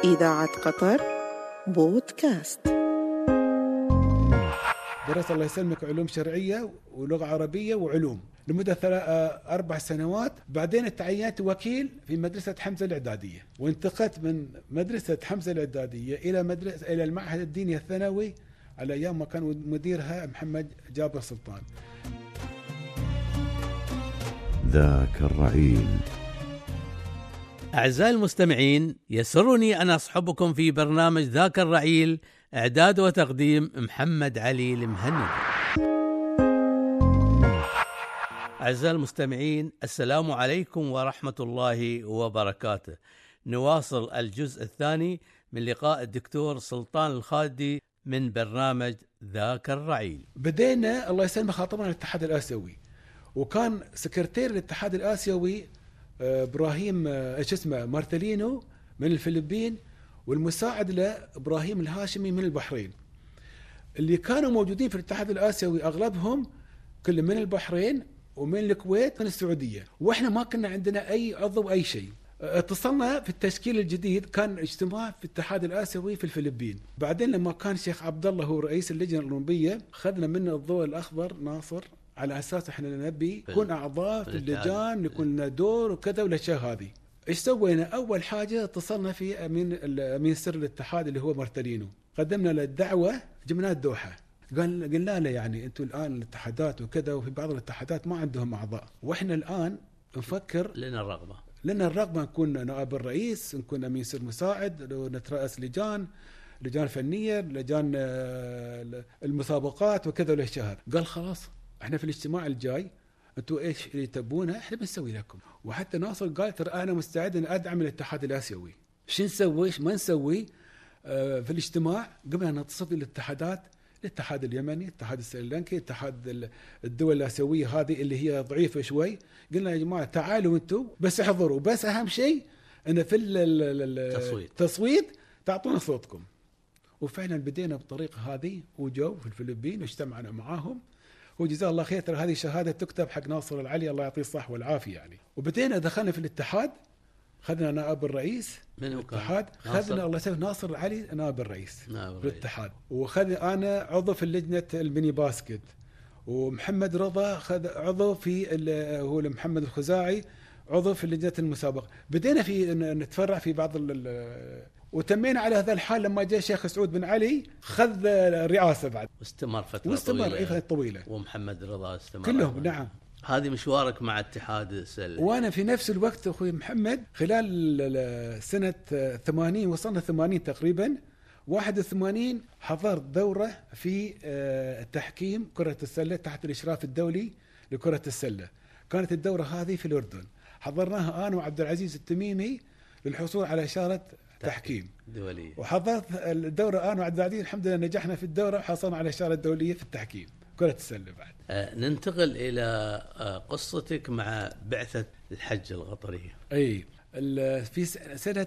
إذاعة قطر بودكاست. درست الله يسلمك علوم شرعية ولغة عربية وعلوم لمدة 4 سنوات. بعدين تعينت وكيل في مدرسة حمزة الإعدادية، وانتقلت من مدرسة حمزة الإعدادية إلى المعهد الديني الثانوي على أيام ما كان مديرها محمد جابر سلطان. ذاك الرعيل. أعزائي المستمعين، يسرني أن أصحبكم في برنامج ذاك الرعيل، إعداد وتقديم محمد علي المهندي. أعزائي المستمعين، السلام عليكم ورحمة الله وبركاته. نواصل الجزء الثاني من لقاء الدكتور سلطان الخالدي من برنامج ذاك الرعيل. بدينا الله يسلمك خاطبنا الاتحاد الآسيوي، وكان سكرتير الاتحاد الآسيوي إبراهيم مارتلينو من الفلبين، والمساعد له إبراهيم الهاشمي من البحرين. اللي كانوا موجودين في الاتحاد الآسيوي أغلبهم كل من البحرين ومن الكويت ومن السعودية، وإحنا ما كنا عندنا أي عضو أي شيء. اتصلنا في التشكيل الجديد، كان اجتماع في الاتحاد الآسيوي في الفلبين. بعدين لما كان شيخ عبد الله هو رئيس اللجنة الأولمبية، خذنا منه الضوء الأخضر ناصر على أساس إحنا نبي نكون أعضاء في اللجان، يكون لنا دور وكذا والأشياء هذه. إيش سوينا؟ أول حاجة اتصلنا في أمين سر الاتحاد اللي هو مارتلينو، قدمنا له الدعوة، جبناه الدوحة. قلنا له يعني أنتم الآن الاتحادات وكذا، وفي بعض الاتحادات ما عندهم أعضاء، وإحنا الآن نفكر لنا الرغبة نكون نائب الرئيس، نكون أمين سر مساعد، نترأس لجان فنية، لجان المسابقات وكذا والأشياء هذه. قال خلاص احنا في الاجتماع الجاي انتوا ايش اللي تبونه احنا بنسوي لكم. وحتى ناصر قال ترى انا مستعد ان ادعم الاتحاد الاسيوي. شو نسوي ايش ما نسوي؟ في الاجتماع قبل نتصل بالاتحادات، الاتحاد اليمني، الاتحاد السريلانكي، الاتحاد الدول الاسيويه هذه اللي هي ضعيفه شوي. قلنا يا جماعه تعالوا انتوا بس احضروا، بس اهم شيء ان في التصويت تعطونا صوتكم. وفعلا بدينا بالطريقه هذه، وجو في الفلبين واجتمعنا معاهم، وجزاه الله خير. ترى هذه شهادة تكتب حق ناصر العلي الله يعطيه الصحة والعافية يعني. وبدينا دخلنا في الاتحاد، خذنا نائب الرئيس من الاتحاد، خذنا الله يسلمك ناصر العلي نائب الرئيس في الاتحاد، وخذ أنا عضو في اللجنة الميني باسكت، ومحمد رضا خذ عضو في هو محمد الخزاعي عضو في لجنة المسابقة. بدينا في نتفرع في بعض وتمينا على هذا الحال لما جاء الشيخ سعود بن علي خذ الرئاسة بعد، واستمر فترة طويلة، ومحمد رضا استمر كلهم. نعم. هذه مشوارك مع اتحاد السلة. وانا في نفس الوقت اخوي محمد خلال سنة 80 وصلنا 80 تقريبا 81 حضرت دورة في تحكيم كرة السلة تحت الإشراف الدولي لكرة السلة. كانت الدورة هذه في الأردن، حضرناها أنا وعبد العزيز التميمي للحصول على إشارة تحكيم دولية. وحضرت الدورة أنا وعبد العزيز، الحمد لله نجحنا في الدورة وحصلنا على إشارة دولية في التحكيم كرة السلة. بعد ننتقل إلى قصتك مع بعثة الحج القطرية. أي في سنة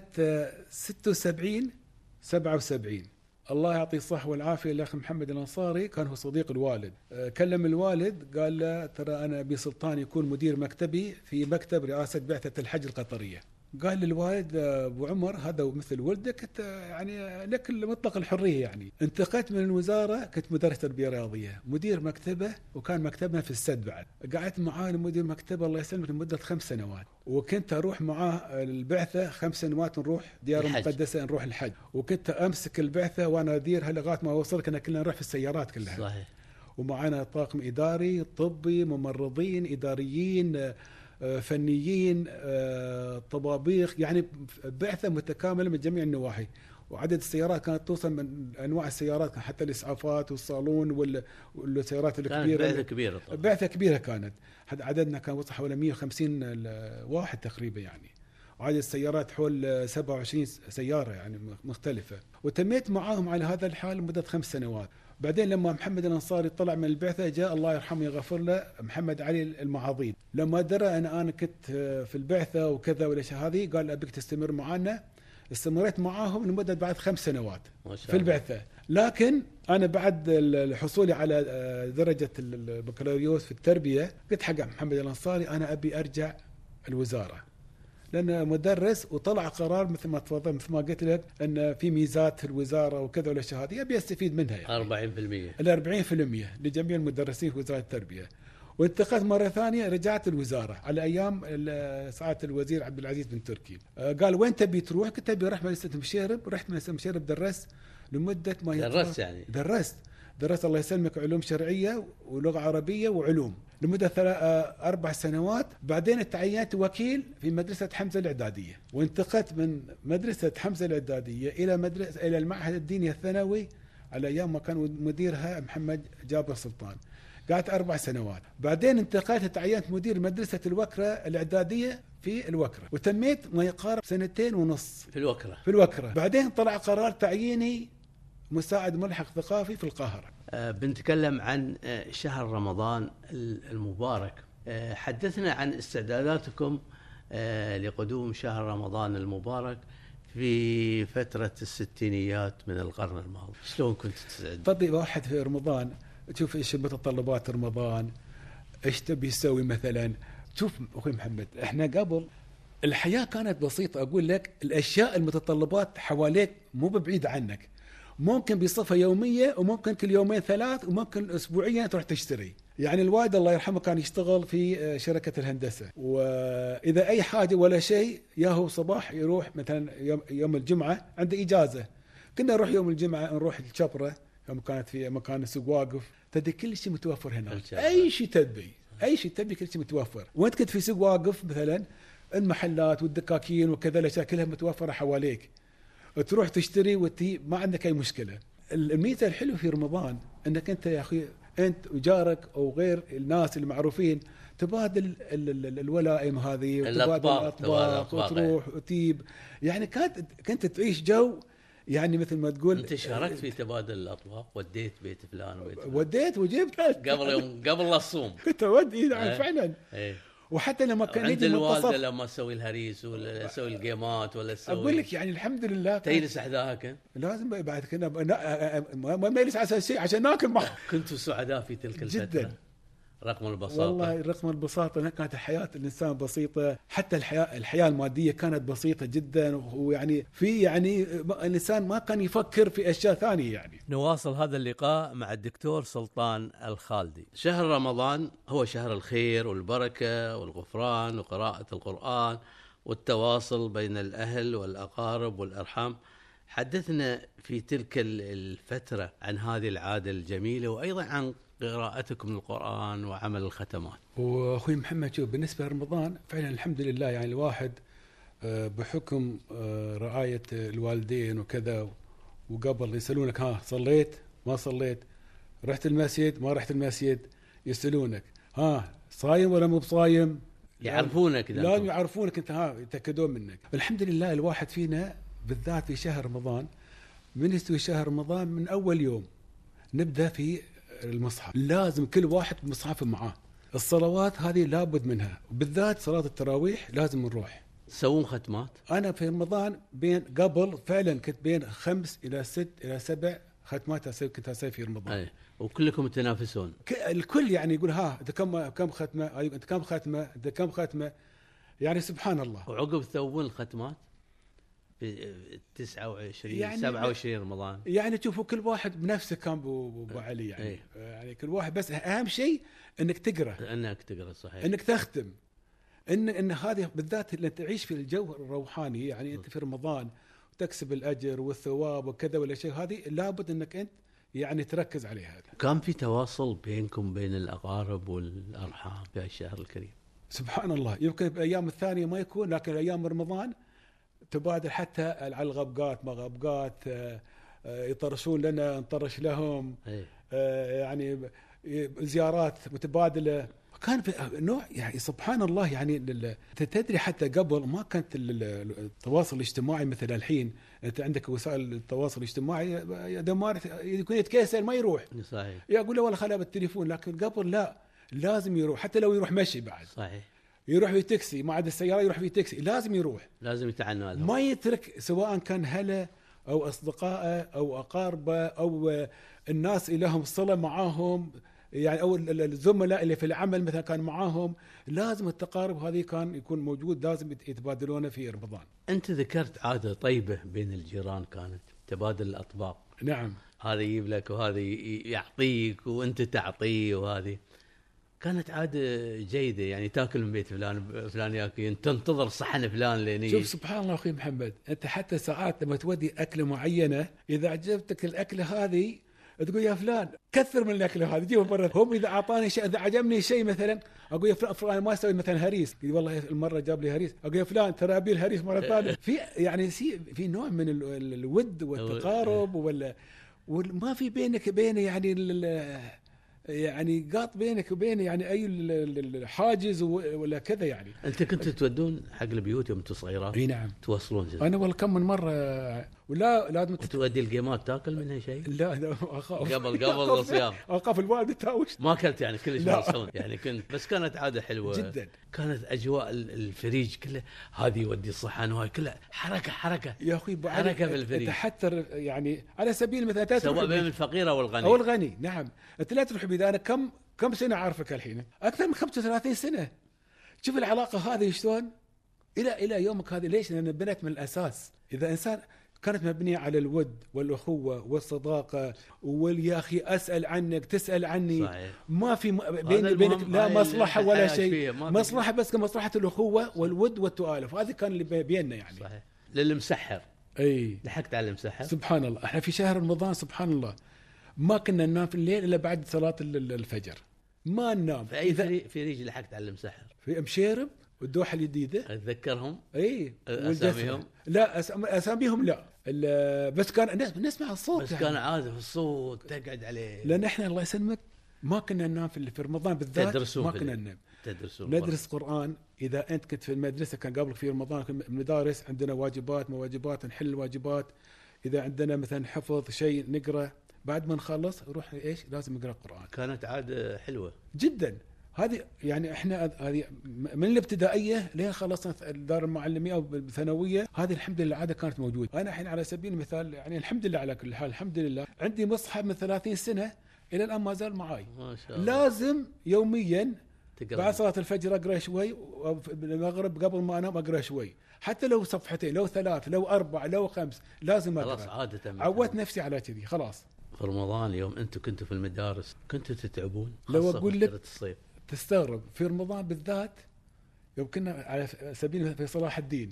76 77 الله يعطيه الصحة والعافية الأخ محمد الأنصاري كان هو صديق الوالد. كلم الوالد قال له ترى أنا أبي سلطان يكون مدير مكتبي في مكتب رئاسة بعثة الحج القطرية. قال للوالد أبو عمر هذا مثل ولدك يعني لك مطلق الحرية يعني. انتقلت من الوزارة، كنت مدرس تربية رياضية، مدير مكتبه، وكان مكتبنا في السد بعد. قعدت معاه مدير مكتبه الله يسلمك لمدة 5 سنوات، وكنت أروح معاه البعثة 5 سنوات نروح ديار المقدسة نروح الحج، وكنت أمسك البعثة وأنا أديرها لغاية ما وصل كنا نروح في السيارات كلها. صحيح. ومعنا طاقم إداري طبي، ممرضين، إداريين، فنيين، طبابيخ، يعني بعثة متكاملة من جميع النواحي. وعدد السيارات كانت توصل من أنواع السيارات حتى الإسعافات والصالون والسيارات الكبيرة. بعثة كبيرة طبعا. بعثة كبيرة كانت، عددنا كان وصل حوالي 150 واحد تقريبا يعني، وعدد السيارات حول 27 سيارة يعني مختلفة. وتميت معاهم على هذا الحال لمدة 5 سنوات. بعدين لما محمد الأنصاري طلع من البعثة جاء الله يرحمه يغفر له محمد علي المعاضيد. لما درى أنا كنت في البعثة وكذا والأشياء هذه قال أبيك تستمر معنا. استمريت معاهم لمدة بعد 5 سنوات في البعثة. لكن أنا بعد الحصول على درجة البكالوريوس في التربية قلت حق محمد الأنصاري أنا أبي أرجع الوزارة، لأن مدرس وطلع قرار مثل ما تفضل مثل ما قلت لك أن في ميزات في الوزارة وكذا والأشياء هذه يبي يستفيد منها يعني 40% لجميع المدرسين في وزارة التربية. وانتقلت مرة ثانية رجعت الوزارة على أيام سعادة الوزير عبد العزيز بن تركي. قال وين تبي تروح؟ قلت تبي أروح مدرسة مشيرب. رحت مدرسة مشيرب درست لمدة ما درست يعني درست الله يسلمك علوم شرعية ولغة عربية وعلوم لمدة 4 سنوات. بعدين تعينت وكيل في مدرسة حمزة الإعدادية، وانتقلت من مدرسة حمزة الإعدادية إلى المعهد الديني الثانوي على أيام ما كان مديرها محمد جابر سلطان. قعدت 4 سنوات. بعدين انتقلت تعينت مدير مدرسة الوكرة الإعدادية في الوكرة، وتميت ما يقارب 2.5 سنين في الوكرة. بعدين طلع قرار تعييني مساعد ملحق ثقافي في القاهرة. بنتكلم عن شهر رمضان المبارك. حدثنا عن استعداداتكم لقدوم شهر رمضان المبارك في فترة الستينيات من القرن الماضي. شلون كنت تستعد؟ طبعا واحد في رمضان تشوف ايش متطلبات رمضان، ايش تبي تسوي مثلا. شوف اخوي محمد، احنا قبل الحياة كانت بسيطة. اقول لك الاشياء المتطلبات حواليك مو بعيدة عنك، ممكن بصفة يومية وممكن كل 2-3 وممكن اسبوعيا تروح تشتري. يعني الوالد الله يرحمه كان يشتغل في شركة الهندسة، واذا اي حاجة ولا شيء ياهو صباح يروح مثلا يوم الجمعة عنده اجازة، كنا نروح يوم الجمعة نروح الشبرة يوم كانت في مكان سوق واقف، تدري كل شيء متوفر هنا، اي شيء تبي كل شيء متوفر. وانت كنت في سوق واقف مثلا المحلات والدكاكين وكذا الاشياء كلها متوفرة حواليك، تروح تشتري ما عندك اي مشكلة. الميزة الحلوة في رمضان انك انت يا اخي انت وجارك او غير الناس المعروفين تبادل الولائم هذه وتبادل الاطباق وتروح وتجيب. يعني كنت تعيش جو، يعني مثل ما تقول انت شاركت في تبادل الاطباق، وديت بيت فلان وديت وجبت قبل الصوم كنت اودي فعلا. وحتى لما كان عند الوالده لما اسوي الهريس ولا اسوي الجيمات ولا اسوي، اقول لك يعني الحمد لله تجلس احداها كان لازم بعد كنا ما يجلس على شيء عشان ناكل معه. كنتوا سعداء في تلك الفتره جدا رغم البساطه. والله رغم البساطه كانت الحياه الانسان بسيطه، حتى الحياه الماديه كانت بسيطه جدا، ويعني الانسان ما كان يفكر في اشياء ثانيه. يعني نواصل هذا اللقاء مع الدكتور سلطان الخالدي. شهر رمضان هو شهر الخير والبركه والغفران وقراءه القرآن والتواصل بين الاهل والاقارب والارحام. حدثنا في تلك الفتره عن هذه العاده الجميله، وايضا عن قراءتكم للقرآن وعمل الختمات. واخوي محمد، شوف بالنسبه لرمضان فعلا الحمد لله، يعني الواحد بحكم رعايه الوالدين وكذا، وقبل يسالونك ها صليت ما صليت، رحت المسجد ما رحت المسجد، يسالونك ها صايم ولا مو بصايم، يعرفونك، لازم يعرفونك انت، يتاكدون منك. الحمد لله الواحد فينا بالذات في شهر رمضان، من يستوي شهر رمضان من اول يوم نبدا في المصحف، لازم كل واحد بمصحفه معاه. الصلوات هذه لابد منها، بالذات صلاة التراويح لازم نروح. تسوون ختمات؟ أنا في رمضان قبل فعلا كنت بين 5 إلى 6 إلى 7 ختمات كنت أسوي في رمضان. أي. وكلكم تنافسون؟ الكل يعني يقول ها أنت كم ختمة، أنت كم ختمة، أنت كم ختمة، يعني سبحان الله. وعقب تسوون الختمات في 29 يعني 27 رمضان، يعني تشوفوا كل واحد بنفسه كان ابو علي يعني. يعني كل واحد، بس اهم شيء انك تقرا صحيح، انك تختم، ان هذه بالذات اللي تعيش في الجو الروحاني. يعني انت في رمضان وتكسب الاجر والثواب وكذا ولا شيء، هذه لابد انك انت يعني تركز عليها. كان في تواصل بينكم بين الاقارب والارحام في الشهر الكريم؟ سبحان الله، يمكن بالايام الثانيه ما يكون، لكن ايام رمضان تبادل حتى على الغبقات ما غبقات، يطرشون لنا نطرش لهم، يعني زيارات متبادلة. كان في نوع يعني سبحان الله. يعني تدري حتى قبل ما كانت التواصل الاجتماعي مثل الحين، انت عندك وسائل التواصل الاجتماعي يكون يتكسل ما يروح، صحيح، يقول له والله خلها بالتليفون. لكن قبل لا، لازم يروح، حتى لو يروح مشي بعد، صحيح، يروح في تاكسي، ما عاد السيارة يروح في تاكسي، لازم يروح، لازم يتعنى لهم، ما يترك، سواء كان هلا أو أصدقائه أو أقاربه أو الناس اللي لهم صلة معاهم، يعني او الزملاء اللي في العمل مثلا كان معاهم، لازم التقارب هذه كان يكون موجود، لازم يتبادلونه في رمضان. أنت ذكرت عادة طيبة بين الجيران كانت تبادل الأطباق. نعم. هذا يجيب لك وهذا يعطيك وأنت تعطيه، وهذه كانت عادة جيدة. يعني تاكل من بيت فلان ياكل، تنتظر صحن فلان لين يجي. شوف سبحان الله أخي محمد، أنت حتى ساعات لما تودي أكلة معينة إذا عجبتك الأكلة هذه تقول يا فلان كثر من الأكلة هذه جيبها مرة. هم إذا أعطاني شيء، إذا عجبني شيء مثلا أقول يا فلان ما أسوي مثلا هريس، يقول والله المرة جاب لي هريس، أقول يا فلان ترى أبي الهريس مرة ثانية. في يعني في نوع من الود والتقارب وما في بينك وبينه يعني قاط بينك وبينه يعني أي الحاجز ولا كذا يعني. أنت كنت تودون حق البيوت يوم أنتم صغيرات؟ اي نعم. توصلون جزء. أنا والله كم من مرة ولا لازم تودي الجيمات تاكل منها شيء؟ لا أخاف قبل الصيام أخاف الوالد تاوش. ما أكلت يعني كلش موصون يعني كنت، بس كانت عادة حلوة جدا. كانت أجواء الفريج كله، هذه يودي الصحن وهاي كلها حركة يا أخي حركة في الفريج. تحتر يعني على سبيل المثال سواء بين الفقير أو الغني. أو الغني. نعم. أنت لا تروح بيد. أنا كم سنة عارفك الحين؟ أكثر من 35 سنة. شوف العلاقة هذه شلون إلى يومك هذه. ليش؟ لأن بنت من الأساس. إذا إنسان كانت مبنية على الود والأخوة والصداقة، واليا أخي أسأل عنك تسأل عني. صحيح. ما في بيني وبينك لا مصلحة ولا شيء، مصلحة بس كمصلحة الأخوة والود والتؤالف. هذه كان اللي بيننا يعني. صحيح. للمسحر. أي لحقت على المسحر. سبحان الله. احنا في شهر رمضان سبحان الله ما كنا ننام في الليل إلا بعد صلاة الفجر. ما ننام. في أي فريج لحقت على المسحر؟ في مشيرب والدوحة الجديدة. أتذكرهم؟ اي. أساميهم؟ لا أساميهم لا. بس كان نسمع الصوت. بس يعني كان عازف الصوت تقعد عليه. لأن احنا الله يسلمك ما كنا ننام في رمضان بالذات. ما كنا ننام. ندرس قرآن. إذا أنت كنت في المدرسة كان قبلك في رمضان المدارس عندنا واجبات نحل الواجبات. إذا عندنا مثلا حفظ شيء نقرأ، بعد ما نخلص نروح ايش لازم نقرأ قرآن. كانت عادة حلوة جدا هذه. يعني احنا هذه من الابتدائيه لين خلصنا الدار المعلميه او الثانويه، هذه الحمد لله العاده كانت موجوده. انا الحين على سبيل المثال يعني الحمد لله على كل حال، الحمد لله عندي مصحف من 30 سنه الى الان ما زال معي. ما شاء الله. لازم يوميا تقرأ. بعد صلاه الفجر اقرا شوي، المغرب قبل ما انام اقرا شوي، حتى لو صفحتين لو 3 لو 4 لو 5 لازم اقرا. خلاص عاده عودت نفسي على كذي خلاص. في رمضان يوم انتم كنتوا في المدارس كنتوا تتعبون؟ لو اقول لك الصيف تستغرب في رمضان بالذات يوم كنا على سبيل في صلاح الدين،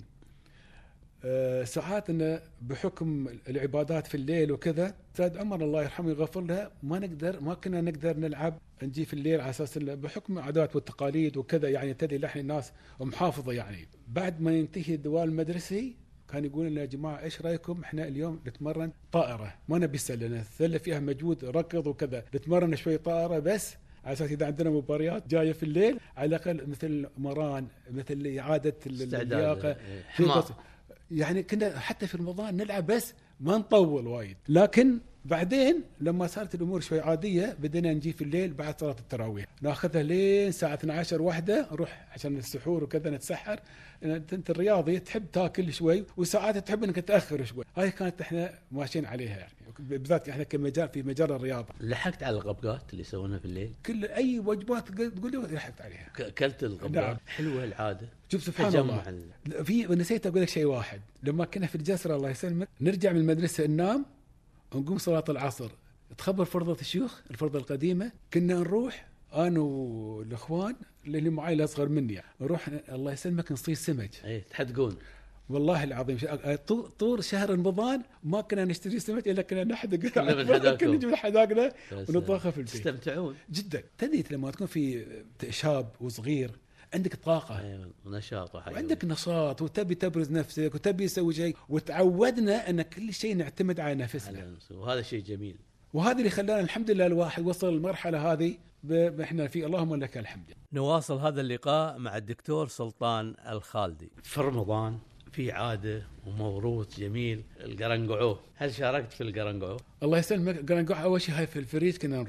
ساعات إن بحكم العبادات في الليل وكذا، سيد عمر الله يرحمه يغفر له ما كنا نقدر نلعب نجي في الليل على اساس بحكم العادات والتقاليد وكذا، يعني تدري لحن الناس محافظه. يعني بعد ما ينتهي الدوام المدرسي كان يقول لنا يا جماعه ايش رايكم احنا اليوم نتمرن طائره، ما نبي سله، السله فيها مجهود ركض وكذا، نتمرن شوي طائره بس على اساس اذا عندنا مباريات جايه في الليل على الاقل مثل مران مثل اعاده اللياقه يعني كنا حتى في رمضان نلعب بس ما نطول وايد. لكن بعدين لما صارت الامور شوي عاديه بدينا نجي في الليل بعد صلاه التراويح ناخذها لين الساعه 12 واحده نروح عشان السحور وكذا نتسحر. انت الرياضي تحب تاكل شوي وساعات تحب انك تاخر شوي، هاي كانت احنا ماشيين عليها يعني بالذات احنا كمجال في مجال الرياضه. لحقت على الغبقات اللي يسوونها في الليل؟ كل اي وجبات تقول لي لحقت عليها. اكلت الغبقات؟ نعم. حلوه العاده. شوف سبحان الله في نسيت اقول لك شيء واحد. لما كنا في الجسر الله يسلمك نرجع من المدرسه ننام ونقوم صلاه العصر تخبر فرضه الشيوخ الفرضه القديمه، كنا نروح انا والاخوان اللي معي الاصغر مني يعني. نروح الله يسلمك نصيد سمك. اي تحدقون والله العظيم طول شهر رمضان ما كنا نشتري سمك الا كنا نحدق كنا نجيب الحداقنا ونطبخها في البيت. تستمتعون جدا. تدري لما تكون في شاب وصغير عندك طاقه ونشاط وعندك نشاط وتبي تبرز نفسك وتبي تسوي شيء، وتعودنا ان كل شيء نعتمد على نفسنا وهذا شيء جميل. وهذا اللي خلانا الحمد لله الواحد وصل المرحله هذه احنا في اللهم لك الحمد. نواصل هذا اللقاء مع الدكتور سلطان الخالدي. في رمضان في عاده وموروث جميل القرنقعوه، هل شاركت في القرنقعوه؟ الله يسلمك. القرنقعوه اول شيء هاي في الفريج كنا نروح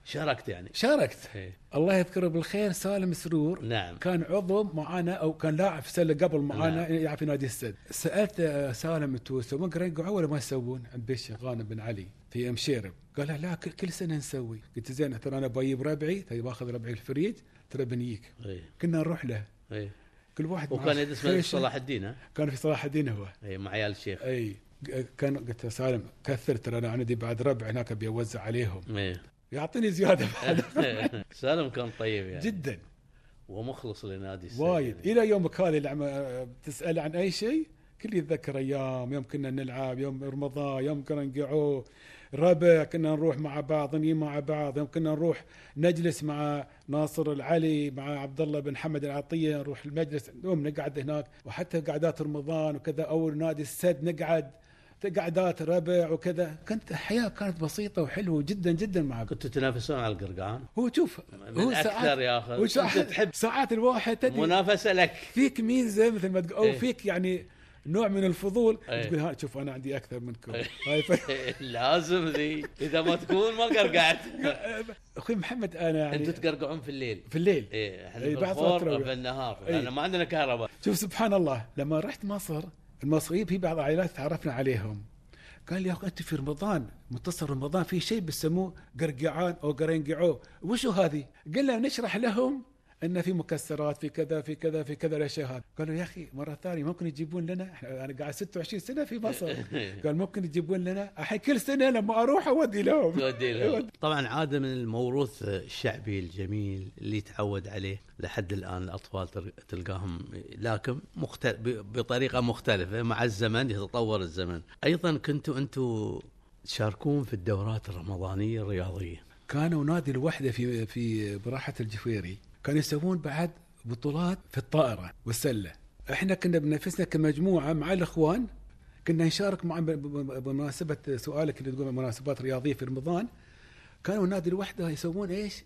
شاركت يعني. شاركت. إيه. الله يذكره بالخير سالم سرور. نعم. كان عضو معانا او كان لاعب في سله قبل معانا. نعم. يلعب في نادي السد. سالت سالم انتم تسوون قرنقع ولا ما تسوون؟ عند بيش غانم بن علي في مشيرب. قال لا كل سنه نسوي. قلت زين ترى انا بجيب ربعي، تبي باخذ ربعي الفريج ترى بنيك. إيه. كنا نروح له. إيه. كل واحد وكان يدرس في صلاح الدين. ها كان في صلاح الدين هو. اي مع عيال الشيخ. اي كان قلت سالم كثر ترى انا عندي بعد ربع هناك ابي اوزع عليهم. إيه. يعطيني زياده بعد. سالم كان طيب يعني جدا ومخلص لنادي السد وايد يعني. الى يومك هذا لما تسال عن اي شيء كل يتذكر ايام يوم كنا نلعب، يوم رمضان، يوم كنا نقعوا ربع كنا نروح مع بعض، نجي مع بعض، يوم كنا نروح نجلس مع ناصر العلي مع عبد الله بن حمد العطيه نروح المجلس يوم نقعد هناك، وحتى قعدات رمضان وكذا او نادي السد نقعد قعدات ربع وكذا. كانت حياه كانت بسيطه وحلوه جدا جدا مع بعض. كنتوا تنافسون على القرقعان؟ هو شوف من هو اكثر يا اخي انت تحب ساعات الواحد تدري منافسه لك فيك ميزه مثل ما تقول او إيه. فيك يعني نوع من الفضول. إيه. تقول ها شوف انا عندي اكثر منكم. لازم ذي اذا ما تكون ما قرقعت. اخوي محمد انا يعني انتوا تقرقعون في الليل؟ في الليل. ايه احنا إيه، في بعد صلاة الظهر التراويح. في النهار إيه. لان ما عندنا كهرباء. شوف سبحان الله لما رحت مصر المصريين في بعض العائلات تعرفنا عليهم قال لي يا اخي انت في رمضان منتصف رمضان في شيء بيسموه قرقعان او قرنقعو، وشو هذه؟ قلنا نشرح لهم ان في مكسرات في كذا في كذا في كذا الاشياء هذه. قالوا يا اخي مره ثانيه ممكن يجيبون لنا، انا قاعد 26 سنه في مصر. قال ممكن يجيبون لنا الحين كل سنه لما اروح اودي لهم. تودي لهم. طبعا عاده من الموروث الشعبي الجميل اللي تعود عليه لحد الان الاطفال تلقاهم، لكن بطريقه مختلفه مع الزمن يتطور الزمن. ايضا كنتوا انتم تشاركون في الدورات الرمضانيه الرياضيه. كانوا نادي الوحده في براحه الجفيري كانوا يسوون بعد بطولات في الطائرة والسلة. احنا كنا بنفسنا كمجموعة مع الاخوان كنا نشارك مع بمناسبة سؤالك اللي تقول مناسبات رياضية في رمضان. كانوا نادي الوحدة يسوون ايش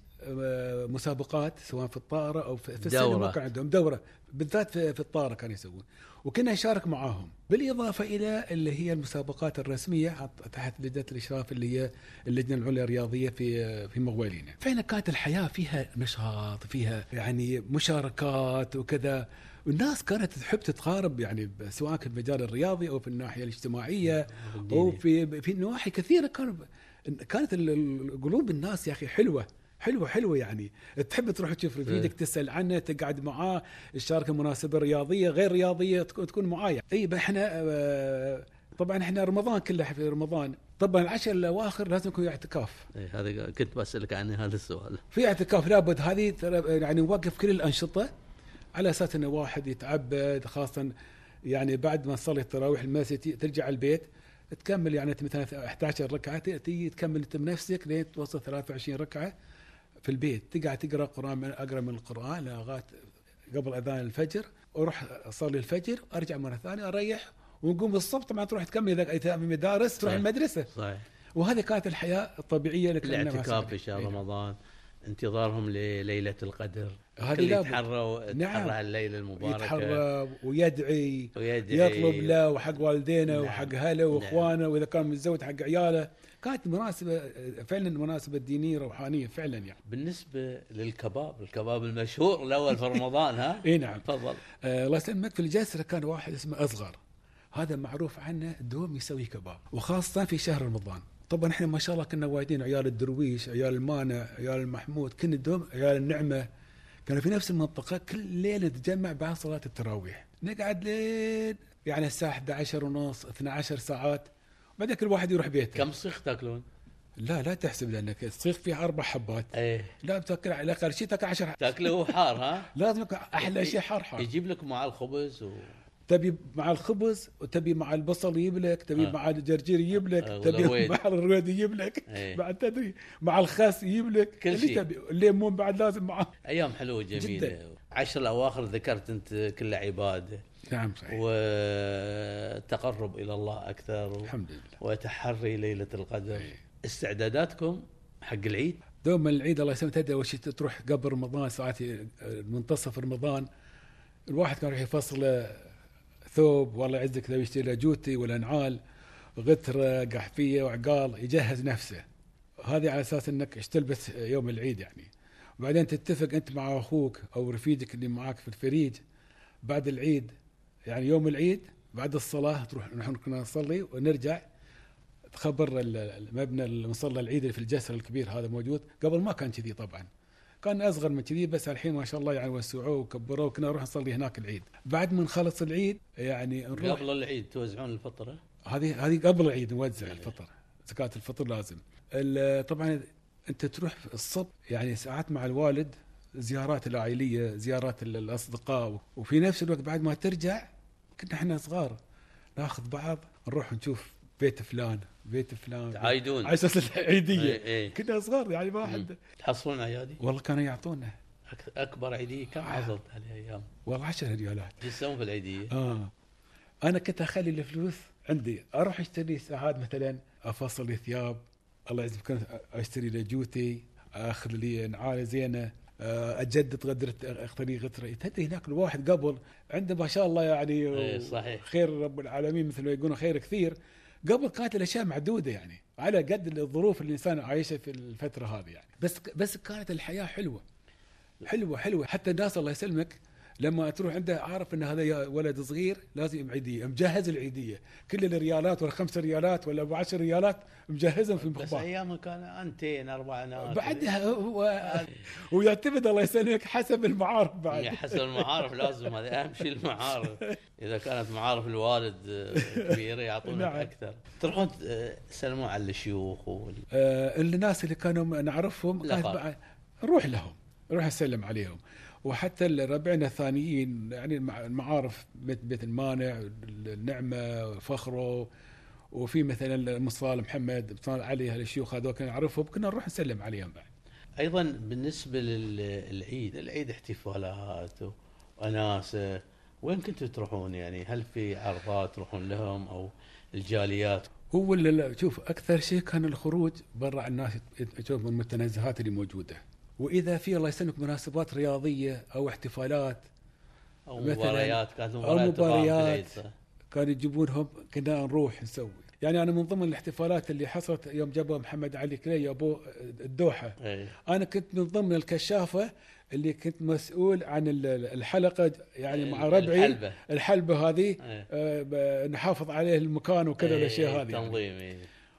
مسابقات سواء في الطائرة او في السلة. كان عندهم دورة بالذات في الطائرة كانوا يسوون وكنا نشارك معاهم، بالإضافة إلى اللي هي المسابقات الرسمية تحت لجنة الإشراف اللي هي اللجنة العليا الرياضية في مغوالينا. فإن كانت الحياة فيها نشاط، فيها يعني مشاركات وكذا، والناس كانت تحب تتقارب يعني سواء في المجال الرياضي أو في الناحية الاجتماعية أو في نواحي كثيرة. كانت قلوب الناس يا أخي حلوة يعني تحب تروح تشوف رفيقك تسأل عنه تقعد معاه تشارك مناسبة رياضية غير رياضية تكون معايا. احنا طبعا احنا رمضان كله في رمضان طبعا العشر الاواخر لازم يكون اعتكاف. هذا كنت بسألك عن هذا السؤال. في اعتكاف لابد، هذه يعني نوقف كل الأنشطة على اساس انه واحد يتعبد، خاصة يعني بعد ما تصلي التراويح المسجد ترجع البيت تكمل يعني مثلا 11 ركعة تيجي تكمل انت بنفسك لين توصل 23 ركعة في البيت، تقعد تقرا قرآن، اقرا من القرآن لغايه قبل اذان الفجر، واروح اصلي الفجر، ارجع مره ثانيه اريح ونقوم الصبح طبعا تروح تكمل اذا في مدارس تروح المدرسه. صحيح. وهذه كانت الحياه الطبيعيه الاعتكاف في شهر رمضان، انتظارهم لليله القدر، هذه يتحرى نعم. الليله المباركه، يتحرى ويدعي يطلب له وحق والدينه نعم. وحق اهله واخوانه، واذا كان متزوج حق عياله. كانت مناسبه فعلا مناسبه دينيه روحانيه فعلا يعني. بالنسبه الكباب المشهور الاول في رمضان ها اي نعم تفضل. الله يسلمك. في الجسر كان واحد اسمه اصغر، هذا معروف عنه دوم يسوي كباب، وخاصه في شهر رمضان. طبعا احنا ما شاء الله كنا وايدين، عيال الدرويش، عيال المانع، عيال المحمود، كنا دوم عيال النعمه، كانوا في نفس المنطقه. كل ليله نتجمع بعد صلاه التراويح، نقعد لين يعني الساعه 11 ونص 12 ساعات، بعدين كل واحد يروح بيته. كم صيغ تاكلون؟ لا تحسب، لانك الصيغ فيها 4 حبات. ايه لا بتاكل على الاقل شيء تاكل 10 تاكله حار ها. لازم احلى شيء حار. يجيب لك مع الخبز تبي مع الخبز، وتبي مع البصل يجيب لك، تبي مع الجرجير يجيب لك، تبي مع الرويد يجيب لك، بعد تدري مع الخس يجيب لك كل شيء. تبي الليمون بعد لازم معه. ايام حلوه جميله. 10 الاواخر ذكرت انت كلها عباده. نعم صحيح. وتقرب الى الله اكثر الحمد لله، وتحري ليله القدر. استعداداتكم حق العيد دوما العيد الله يسلمك تدري وش تروح قبل رمضان ساعات منتصف رمضان، الواحد كان يروح يفصل ثوب والله يعزك ذا يشتري له جوتي ولا نعال غترة قحفية وعقال، يجهز نفسه هذه على اساس انك ايش تلبس يوم العيد يعني. وبعدين تتفق انت مع اخوك او رفيقك اللي معاك في الفريج بعد العيد، يعني يوم العيد بعد الصلاه تروح نحن كنا نصلي ونرجع، تخبر المبنى المصلى العيد اللي في الجسر الكبير هذا موجود. قبل ما كان كذي طبعا، كان اصغر من كذي، بس الحين ما شاء الله يعني وسعوه وكبروه، وكنا نروح نصلي هناك العيد. بعد ما نخلص العيد يعني نروح قبل العيد توزعون الفطره؟ هذه قبل العيد نوزع الفطر، زكاة الفطر لازم. طبعا انت تروح الصبح يعني ساعات مع الوالد، زيارات العائليه، زيارات الاصدقاء، وفي نفس الوقت بعد ما ترجع كنا احنا صغار ناخذ بعض نروح نشوف بيت فلان بيت فلان، تعايدون على اساس العيديه. ايه. كنا صغار يعني ما حد. تحصلون عيادي؟ والله كانوا يعطونا اكبر عيديه كم حصلت هالايام؟ والله 10 ريالات. ايش تسوون في العيديه؟ انا كنت اخلي الفلوس عندي، اروح اشتري ساعات مثلا، افصل لي ثياب، الله يعزك، كنت اشتري لي جوتي، اخذ لي نعاله زينه، اجدد اختري غتره. تدري هناك الواحد قبل عنده ما شاء الله يعني صحيح. خير رب العالمين مثل ما يقولون خير كثير. قبل كانت الاشياء معدوده يعني على قد الظروف اللي الانسان عايشه في الفتره هذه يعني. بس كانت الحياه حلوه حلوه حلوه. حتى الناس الله يسلمك لما تروح عنده عارف ان هذا ولد صغير لازم عيديه، مجهز العيديه، كل الريالات ولا 5 ريالات ولا 10 ريالات مجهزهم في مخبار. بس ايامها كان انتين 4 ناس بعدها هو ويعتمد الله يسلمك حسب المعارف بعد. حسب المعارف لازم، هذا اهم شيء المعارف. اذا كانت معارف الوالد كبيره يعطونك نعم. اكثر. تروحون تسلمون على الشيوخ الناس اللي كانوا نعرفهم نروح لهم، نروح نسلم عليهم. وحتى ربعنا الثانيين يعني المعارف بيت المانع، النعمة، فخره، وفي مثلا المصال محمد، مصال علي، هالشيوخ هذول كنا نعرفهم، كنا نروح نسلم عليهم بعد. أيضا بالنسبة للعيد احتفالات وناسة، وين كنتوا تروحون يعني؟ هل في عرضات تروحون لهم أو الجاليات؟ هو شوف أكثر شيء كان الخروج برا، الناس تشوف المتنزهات اللي موجودة، وإذا في الله يسلمك مناسبات رياضية أو احتفالات أو مباريات، كانت مباريات كانوا يجيبونهم، كنا نروح نسوي. يعني أنا من ضمن الاحتفالات اللي حصلت يوم جابوا محمد علي كلي أبو الدوحة، أنا كنت من ضمن الكشافة اللي كنت مسؤول عن الحلقة يعني مع ربعي الحلبة هذه، نحافظ عليه المكان وكذا الأشياء هذه تنظيم يعني.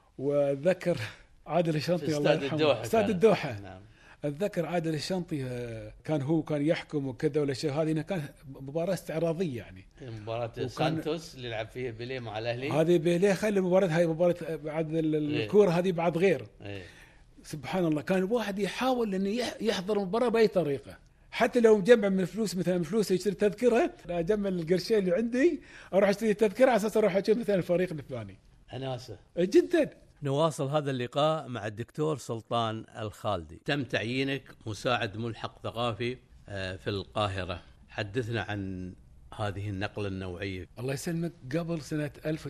وذكر عادل الشنطي الله يرحمه استاد الدوحة، نعم. أتذكر عادل الشنطي كان يحكم وكذا والاشياء هذه، كان مباراة استعراضية يعني. مباراة سانتوس اللي لعب فيها بيليه مع الأهلي، هذه بيليه خلي المباراة هاي مباراة بعد الكورة هذه بعد غير. سبحان الله، كان الواحد يحاول انه يحضر المباراة بأي طريقة، حتى لو مجمع من الفلوس، مثلا فلوس يشتري تذكرة، اجمع القرشين اللي عندي اروح اشتري تذكرة على اساس اروح اشوف مثلا الفريق الفلاني. أناسة جدا. نواصل هذا اللقاء مع الدكتور سلطان الخالدي. تم تعيينك مساعد ملحق ثقافي في القاهرة، حدثنا عن هذه النقلة النوعية. الله يسلمك، قبل سنة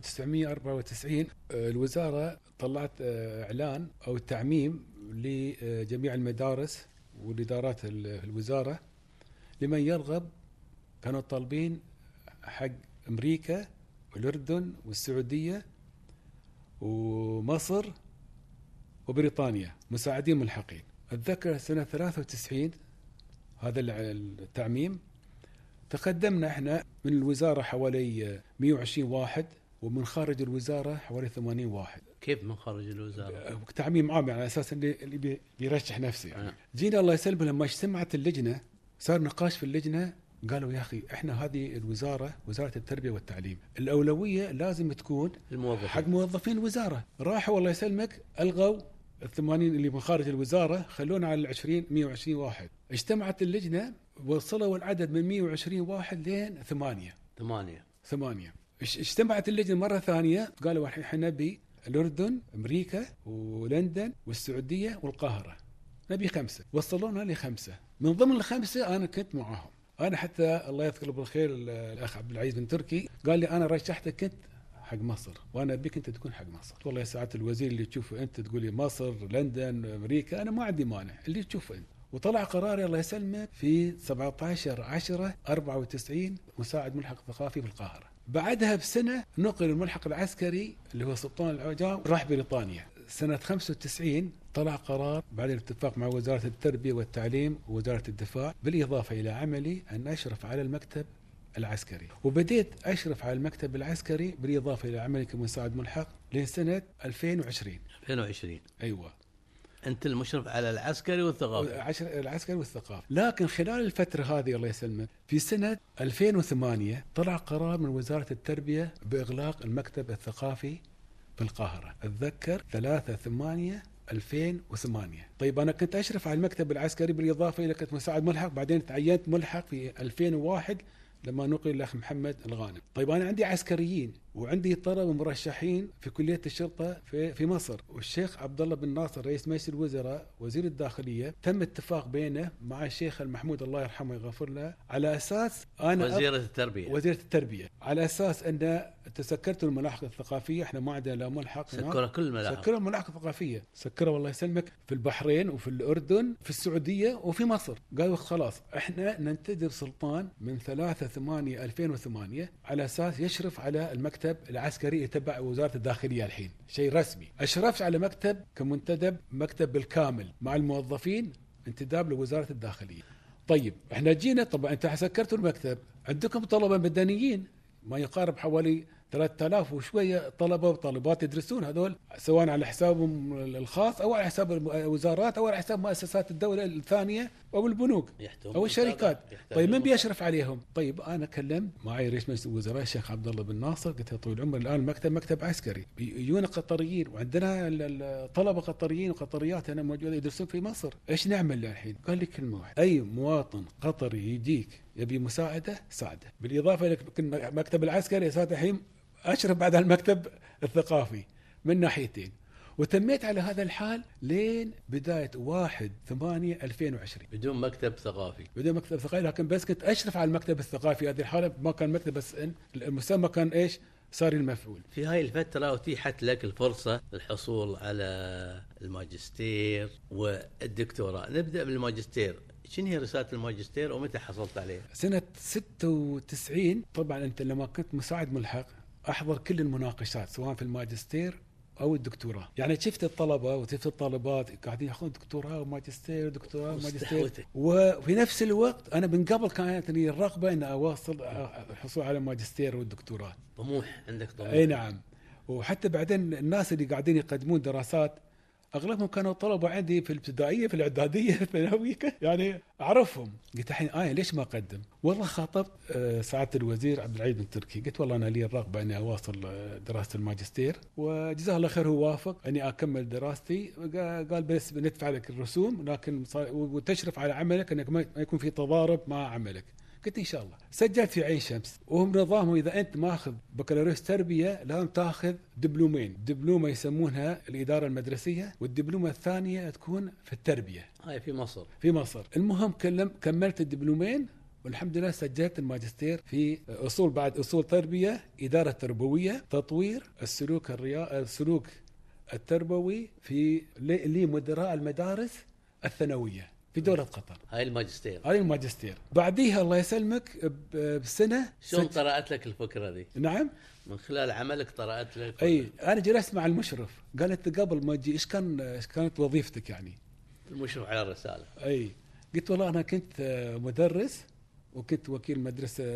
1994 الوزارة طلعت إعلان أو تعميم لجميع المدارس والإدارات الوزارة لمن يرغب، كانوا طالبين حق أمريكا والأردن والسعودية ومصر وبريطانيا مساعدين ملحقين. أتذكر سنة 93 هذا التعميم، تقدمنا احنا من الوزارة حوالي 120 واحد، ومن خارج الوزارة حوالي 80 واحد. كيف من خارج الوزارة؟ تعميم عام على أساس اللي بيرشح نفسه يعني. جينا الله يسلمه لما اجتمعت اللجنة، صار نقاش في اللجنة، قالوا يا أخي إحنا هذه الوزارة، وزارة التربية والتعليم، الأولوية لازم تكون حق موظفين الوزارة. راحوا الله يسلمك ألغوا 80 اللي من خارج الوزارة، خلونا على 120 واحد. اجتمعت اللجنة وصلوا العدد من 120 واحد لين 8. اجتمعت اللجنة مرة ثانية، قالوا احنا نبي الأردن، أمريكا ولندن والسعودية والقاهرة، نبي 5. وصلونا ل5. من ضمن ال5 أنا كنت معاهم. أنا حتى الله يذكره بالخير الأخ عبد العزيز بن تركي قال لي أنا رشحتك كنت حق مصر، وأنا أبيك أنت تكون حق مصر. والله يا سعادة الوزير اللي تشوفه أنت تقول لي مصر، لندن، أمريكا، أنا ما عندي مانع اللي تشوفه أنت. وطلع قراري الله يسلمه في 17/10/94 مساعد ملحق ثقافي في القاهرة. بعدها بسنة نقل الملحق العسكري اللي هو سلطان العجام راح بريطانيا. سنة 95 طلع قرار بعد الاتفاق مع وزارة التربية والتعليم ووزارة الدفاع، بالإضافة إلى عملي أن أشرف على المكتب العسكري، وبديت أشرف على المكتب العسكري بالإضافة إلى عملي كمساعد ملحق لسنة 2020. 2020 أيوة، أنت المشرف على العسكري والثقافي. العسكري والثقافي. لكن خلال الفترة هذه الله يسلمك في سنة 2008 طلع قرار من وزارة التربية بإغلاق المكتب الثقافي في القاهرة، أتذكر 3/8/2008. طيب أنا كنت أشرف على المكتب العسكري بالإضافة إلى كنت مساعد ملحق، بعدين تعينت ملحق في 2001 لما نقل الأخ محمد الغانم. طيب أنا عندي عسكريين وعندي طلبة مرشحين في كلية الشرطة في مصر، والشيخ عبد الله بن ناصر رئيس مجلس الوزراء وزير الداخلية تم اتفاق بينه مع الشيخ المحمود الله يرحمه ويغفر له على أساس أنا وزيرة التربية على أساس أن تسكرت الملاحق الثقافية. احنا ما عندنا لا ملحق، سكروا كل الملاحق، سكروا الملاحق الثقافية، سكروا والله يسلمك في البحرين وفي الأردن في السعودية وفي مصر. قالوا خلاص احنا ننتدب سلطان من 3/8/2008 على أساس يشرف على المكتب العسكري تبع وزارة الداخلية. الحين شيء رسمي، أشرفت على مكتب كمنتدب، مكتب بالكامل مع الموظفين، انتداب لوزارة الداخلية. طيب احنا جينا، طبعا انت سكرتوا المكتب، عندكم طلبة مدنيين ما يقارب حوالي 3000 وشوية طلبة وطالبات يدرسون، هذول سواء على حسابهم الخاص أو على حساب الوزارات أو على حساب مؤسسات الدولة الثانية أو البنوك أو الشركات. طيب من بيشرف عليهم؟ طيب أنا كلمت معي رئيس مجلس الوزراء الشيخ عبد الله بن ناصر، قلت له طويل العمر الآن المكتب مكتب عسكري، يجونا قطريين وعندنا طلبة قطريين وقطريات هنا موجودة يدرسون في مصر، إيش نعمل الحين؟ قال لي كلمة واحدة، أي مواطن قطري يجيك يبي مساعدة ساعده، بالإضافة إلى المكتب العسكري صار الحين أشرف بعد المكتب الثقافي من ناحيتين. وتميت على هذا الحال لين بداية 1/8/2020 بدون مكتب ثقافي. بدون مكتب ثقافي، لكن بس كنت أشرف على المكتب الثقافي. هذه الحالة ما كان مكتب، بس المسمى كان إيش؟ صار المفعول. في هاي الفترة أتيحت لك الفرصة للحصول على الماجستير والدكتوراه. نبدأ بالماجستير. شنو هي رسالة الماجستير ومتى حصلت عليها؟ سنة 96. طبعا أنت لما كنت مساعد ملحق أحضر كل المناقشات سواء في الماجستير أو الدكتوراه، يعني شفت الطلبة وشفت الطالبات قاعدين يأخذون دكتوراه وماجستير دكتوراه وماجستير، وفي نفس الوقت أنا من قبل كانت لي الرغبة أن أواصل الحصول على الماجستير والدكتوراه. طموح، عندك طموح. أي نعم. وحتى بعدين الناس اللي قاعدين يقدمون دراسات اغلبهم كانوا طلبه عندي في الابتدائيه في الاعداديه في الثانويه، يعني اعرفهم. قلت الحين ليش ما اقدم؟ والله خاطبت سعاده الوزير عبد العزيز بن تركي، قلت والله انا لي الرغبه اني اواصل دراسه الماجستير، وجزاه الله خير هو وافق اني اكمل دراستي. قال بس بندفع لك الرسوم لكن وتشرف على عملك انك ما يكون في تضارب مع عملك. قلت إن شاء الله. سجلت في عين شمس، وهم نظامهم إذا أنت ماخذ بكالوريوس تربية لازم تاخذ دبلومين، دبلومة يسمونها الإدارة المدرسية، والدبلومة الثانية تكون في التربية. هاي في مصر. في مصر. المهم كملت الدبلومين، والحمد لله سجلت الماجستير في أصول، بعد أصول تربية، إدارة تربوية، تطوير السلوك التربوي في لمدراء المدارس الثانوية في دولة قطر. هاي الماجستير. بعديها الله يسلمك بسنة. شلون طرأت لك الفكرة دي؟ نعم، من خلال عملك طرأت لك. أي أنا جلست مع المشرف، قالت قبل ما أجي إيش كانت وظيفتك؟ يعني المشرف على الرسالة. أي قلت والله أنا كنت مدرس، وكنت وكيل مدرسة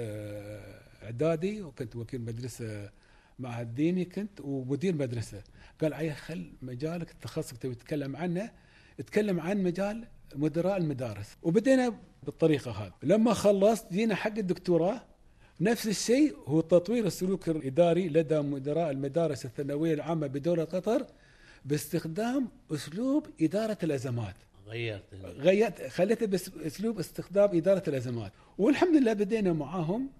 إعدادي، وكنت وكيل مدرسة معهد ديني كنت، ومدير مدرسة. قال خل مجالك التخصص تبي تتكلم عنه، اتكلم عن مجال مدراء المدارس. وبدينا بالطريقة هذه. لما خلصت جينا حق الدكتوراه، نفس الشيء، هو تطوير السلوك الإداري لدى مدراء المدارس الثانوية العامة بدولة قطر باستخدام أسلوب إدارة الأزمات. غيرت خليته بأسلوب استخدام إدارة الأزمات، والحمد لله بدينا معاهم.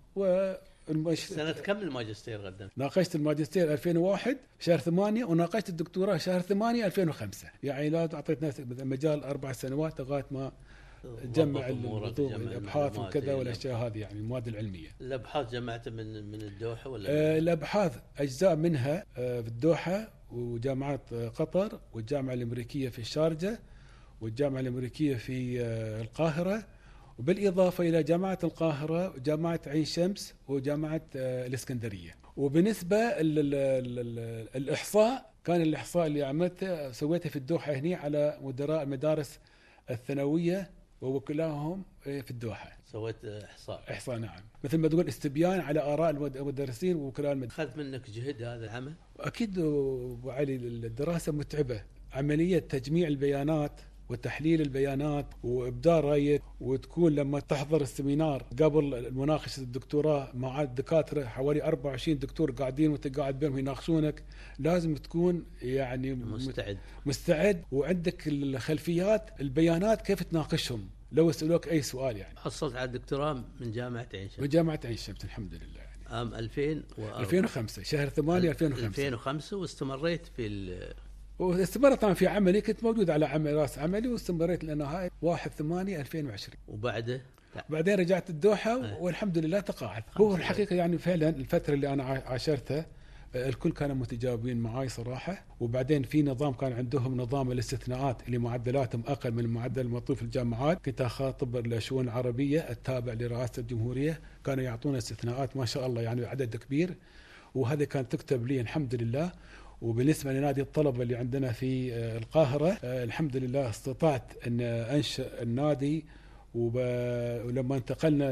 سنة كم الماجستير قدمت؟ ناقشت الماجستير 2001 شهر 8، وناقشت الدكتوراه شهر 8 2005. يعني لا أعطيت نفسي مجال 4 سنوات لغاية ما جمع الابحاث وكذا والاشياء هذه، يعني المواد العلميه. الابحاث جمعتها من الدوحه ولا؟ الابحاث اجزاء منها في الدوحه وجامعات قطر، والجامعه الامريكيه في الشارجه، والجامعه الامريكيه في القاهره، وبالاضافه الى جامعه القاهره وجامعه عين شمس وجامعه الاسكندريه. وبالنسبه الاحصاء كان الإحصاء اللي عملته سويته في الدوحة هنا على مدراء المدارس الثانوية ووكلاهم في الدوحة. سويت إحصاء نعم، مثل ما تقول استبيان على آراء المدرسين ووكلاء المدارس. أخذ منك جهد هذا العمل؟ أكيد أبو علي، الدراسة متعبة، عملية تجميع البيانات وتحليل البيانات وإبداء رأيك، وتكون لما تحضر السمينار قبل مناقشة الدكتوراه مع الدكاترة حوالي 24 دكتور قاعدين وانت قاعد بينهم يناقشونك، لازم تكون يعني مستعد وعندك الخلفيات البيانات كيف تناقشهم لو سألوك أي سؤال. يعني حصلت على الدكتوراه من جامعة عين شمس. من جامعة عين شمس الحمد لله. يعني عام 2005 شهر 8 2005 واستمريت واستمرت طبعا في عملي، كنت موجود على راس عملي واستمريت لنهاية 1/8/2020. وبعده بعدين رجعت الدوحة والحمد لله تقاعدت. هو الحقيقة يعني فعلا الفترة اللي أنا عاشرتها الكل كانوا متجاوبين معاي صراحة. وبعدين في نظام كان عندهم نظام الاستثناءات اللي معدلاتهم أقل من المعدل المطلوب في الجامعات. كنت أخاطب الشؤون العربية التابع لرئاسة الجمهورية، كانوا يعطونا استثناءات ما شاء الله يعني عدد كبير، وهذا كان تكتب لي الحمد لله. وبالنسبة لنادي الطلبة اللي عندنا في القاهرة الحمد لله استطعت أن أنشأ النادي. ولما انتقلنا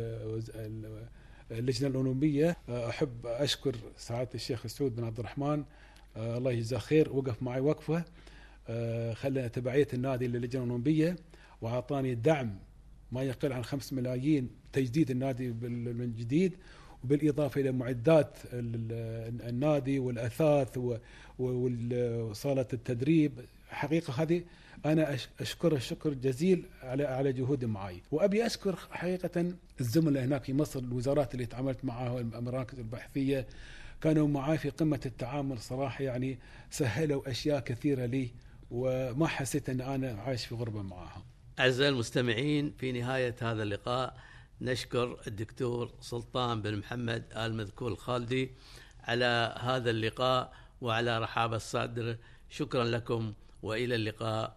للجنة الأولمبية أحب أشكر سعادة الشيخ سعود بن عبد الرحمن الله يجزاه خير، وقف معي وقفة خلى تبعية النادي للجنة الأولمبية وأعطاني دعم ما يقل عن 5 ملايين تجديد النادي من جديد، وبالإضافة إلى معدات النادي والأثاث وصالة التدريب. حقيقة هذه أنا أشكر الشكر جزيل على جهودهم معي. وأبي أشكر حقيقة الزملاء هناك في مصر، الوزارات اللي تعاملت معها، المراكز البحثية كانوا معي في قمة التعامل صراحة، يعني سهلوا أشياء كثيرة لي وما حسيت أن أنا عايش في غربة معهم. أعزائي المستمعين، في نهاية هذا اللقاء نشكر الدكتور سلطان بن محمد آل مذكور الخالدي على هذا اللقاء وعلى رحاب الصدر. شكرا لكم وإلى اللقاء